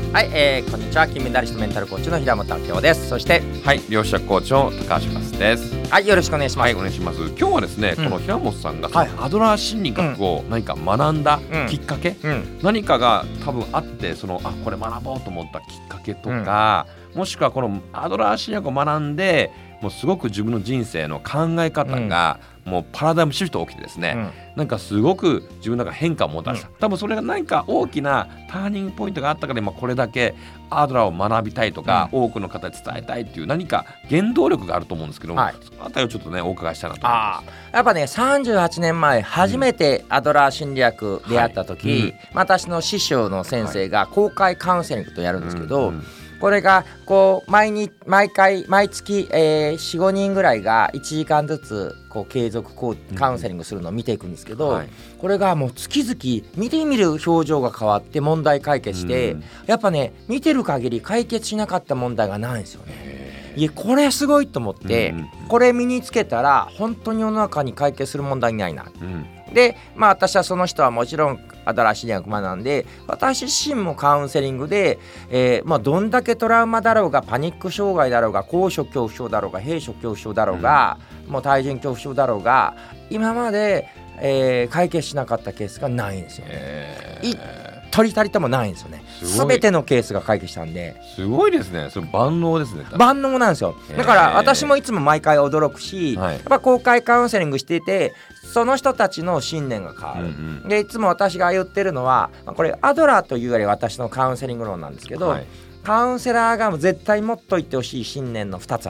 はい、こんにちは。金メダリストメンタルコーチの平本明夫です。そしてはい、両者コーチの高橋勝です。 はい、よろしくお願いします。 はい、お願いします。今日はですね、この平本さんがアドラー心理学を何か学んだきっかけ、何かが多分あって、これ学ぼうと思ったきっかけとか、もしくはこのアドラー心理学を学んでもうすごく自分の人生の考え方がもうパラダイムシフト起きてですね、なんかすごく自分の中変化をもたらした、多分それが何か大きなターニングポイントがあったから今これだけアドラーを学びたいとか、多くの方に伝えたいっていう何か原動力があると思うんですけども、そのあたりをちょっとねお伺いしたいなと思います。 やっぱね、38年前初めてアドラー心理学出会った時、私の師匠の先生が公開カウンセリングとやるんですけど、これがこう毎月、4、5人ぐらいが1時間ずつこう継続カウンセリングするのを見ていくんですけど、これがもう月々見てみる表情が変わって問題解決して、やっぱね見てる限り解決しなかった問題がないんですよね。いや、これすごいと思って、これ身につけたら本当に世の中に解決する問題ないな、で、私はその人はもちろんアドラー心理学学んで、私自身もカウンセリングで、どんだけトラウマだろうがパニック障害だろうが高所恐怖症だろうが閉所恐怖症だろうが、もう対人恐怖症だろうが今まで、解決しなかったケースがないんですよね。一人たりともないんですよね。全てのケースが解決したんで、 すごいですね。それ万能ですね。 万能なんですよ。だから私もいつも毎回驚くし、やっぱ公開カウンセリングしていてその人たちの信念が変わる、でいつも私が言ってるのは、これアドラーというより私のカウンセリング論なんですけど、カウンセラーが絶対持っといてほしい信念の2つあって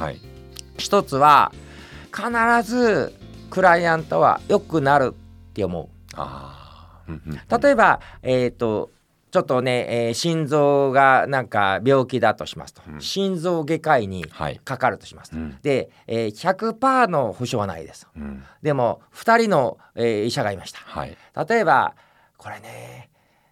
、1つは必ずクライアントは良くなるって思う。例えばちょっとね、心臓がなんか病気だとしますと、心臓外科医にかかるとしますと、で、100% の保証はないです、でも2人の、医者がいました、例えばこれね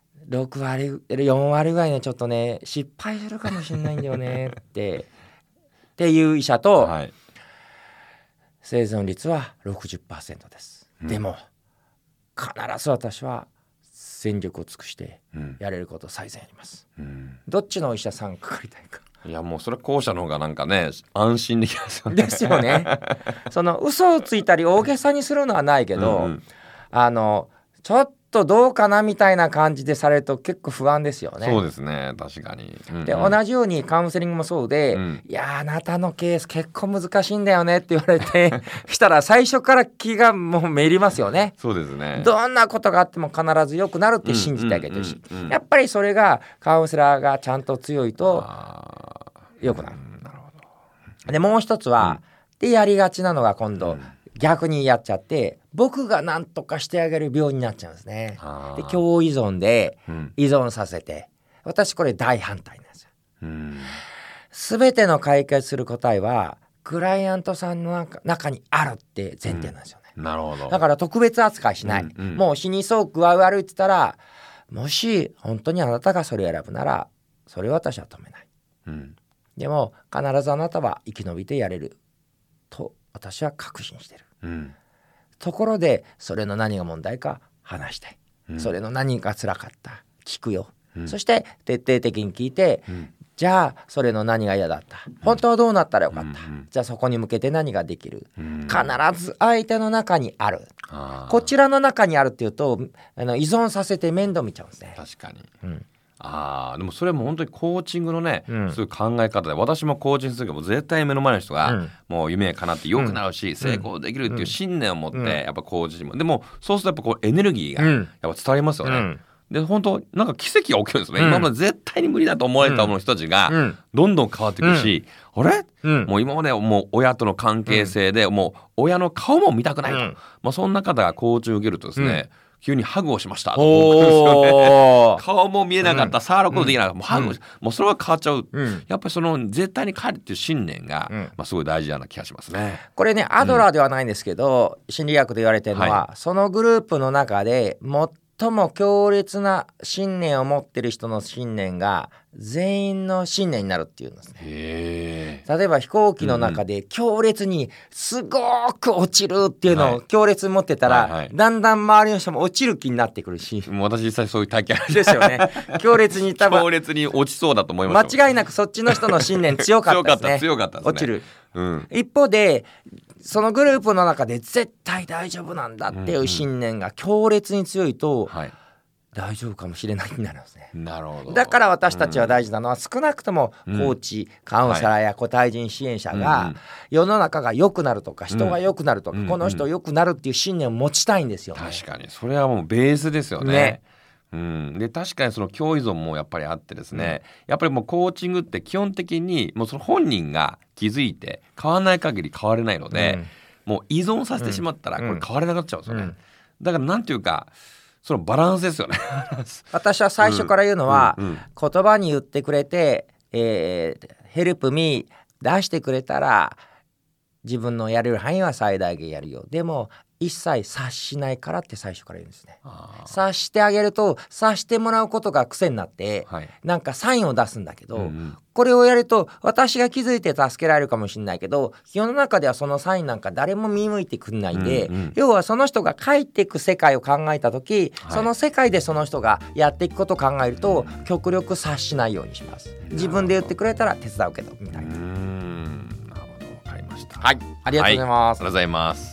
6割4割ぐらいねちょっとね失敗するかもしれないんだよねっていう医者と、生存率は 60% です、でも必ず私は全力を尽くしてやれることを最善やります、どっちのお医者さんかかりたいか。 いや、もうそれ後者の方がなんかね安心できますよね。 ですよね。その嘘をついたり大げさにするのはないけど、ちょっとどうかなみたいな感じでされると結構不安ですよね。 そうですね、確かに、 で同じようにカウンセリングもそうで、いやあなたのケース結構難しいんだよねって言われてしたら最初から気がもうめりますよね。 そうですね。 どんなことがあっても必ず良くなるって信じてあげてるし、やっぱりそれがカウンセラーがちゃんと強いと良くなる。 なるほど。 でもう一つは、でやりがちなのが今度、逆にやっちゃって僕が何とかしてあげる病になっちゃうんですね。で共依存で依存させて、私これ大反対なんですよ。全ての解決する答えはクライアントさんの中にあるって前提なんですよね、 なるほど。 だから特別扱いしない、もう死にそう具合悪いって言ったら、もし本当にあなたがそれを選ぶならそれを私は止めない、でも必ずあなたは生き延びてやれると私は確信してる、ところでそれの何が問題か話して、それの何が辛かった聞くよ、そして徹底的に聞いて、じゃあそれの何が嫌だった、本当はどうなったらよかった、じゃあそこに向けて何ができる、必ず相手の中にある、こちらの中にあるっていうと依存させて面倒見ちゃうんですね。 確かに、でもそれも本当にコーチングのね、そういう考え方で、私もコーチングするけど絶対目の前の人がもう夢叶って良くなるし、成功できるっていう信念を持ってやっぱコーチも、でもそうするとやっぱこうエネルギーがやっぱ伝わりますよね、で本当なんか奇跡が起きるんですね、今まで絶対に無理だと思われた人たちがどんどん変わっていくし、あれ、もう今までもう親との関係性でもう親の顔も見たくないと、そんな方がコーチを受けるとですね、急にハグをしましたと思うんですよね。顔も見えなかった、触ることできなかった、もうハグ、もうそれは変わっちゃう、やっぱりその絶対に変えるっていう信念が、すごい大事な気がしますね。 これねアドラーではないんですけど、心理学で言われてるのは、そのグループの中で最も強烈な信念を持ってる人の信念が全員の信念になるっていうんですね。例えば飛行機の中で強烈にすごく落ちるっていうのを強烈に持ってたら、だんだん周りの人も落ちる気になってくるし、 もう私実際そういう体験あるですよね。強烈に多分強烈に落ちそうだと思います。 間違いなくそっちの人の信念強かったですね。 強かったですね。 落ちる、一方でそのグループの中で絶対大丈夫なんだっていう信念が強烈に強いと、大丈夫かもしれないになるんですね。 なるほど。 だから私たちは大事なのは、少なくともコーチ、カウンセラーや個対人支援者が世の中が良くなるとか人が良くなるとか、この人良くなるっていう信念を持ちたいんですよね。 確かにそれはもうベースですよね。で確かにその共依存もやっぱりあってですね、やっぱりもうコーチングって基本的にもうその本人が気づいて変わらない限り変われないので、もう依存させてしまったらこれ変われなくなっちゃうんですよね。だからなんていうかそのバランスですよね。 私は最初から言うのは、言葉に言ってくれて、ヘルプミー出してくれたら自分のやれる範囲は最大限やるよ。でも一切察しないからって最初から言うんですね。察してあげると察してもらうことが癖になって、なんかサインを出すんだけど、これをやると私が気づいて助けられるかもしれないけど、世の中ではそのサインなんか誰も見向いてくんないんで、要はその人が帰っていく世界を考えた時、その世界でその人がやっていくことを考えると、極力察しないようにします。自分で言ってくれたら手伝うけどみたいな。 なるほど、分かりました。 はい、ありがとうございます。 ありがとうございます。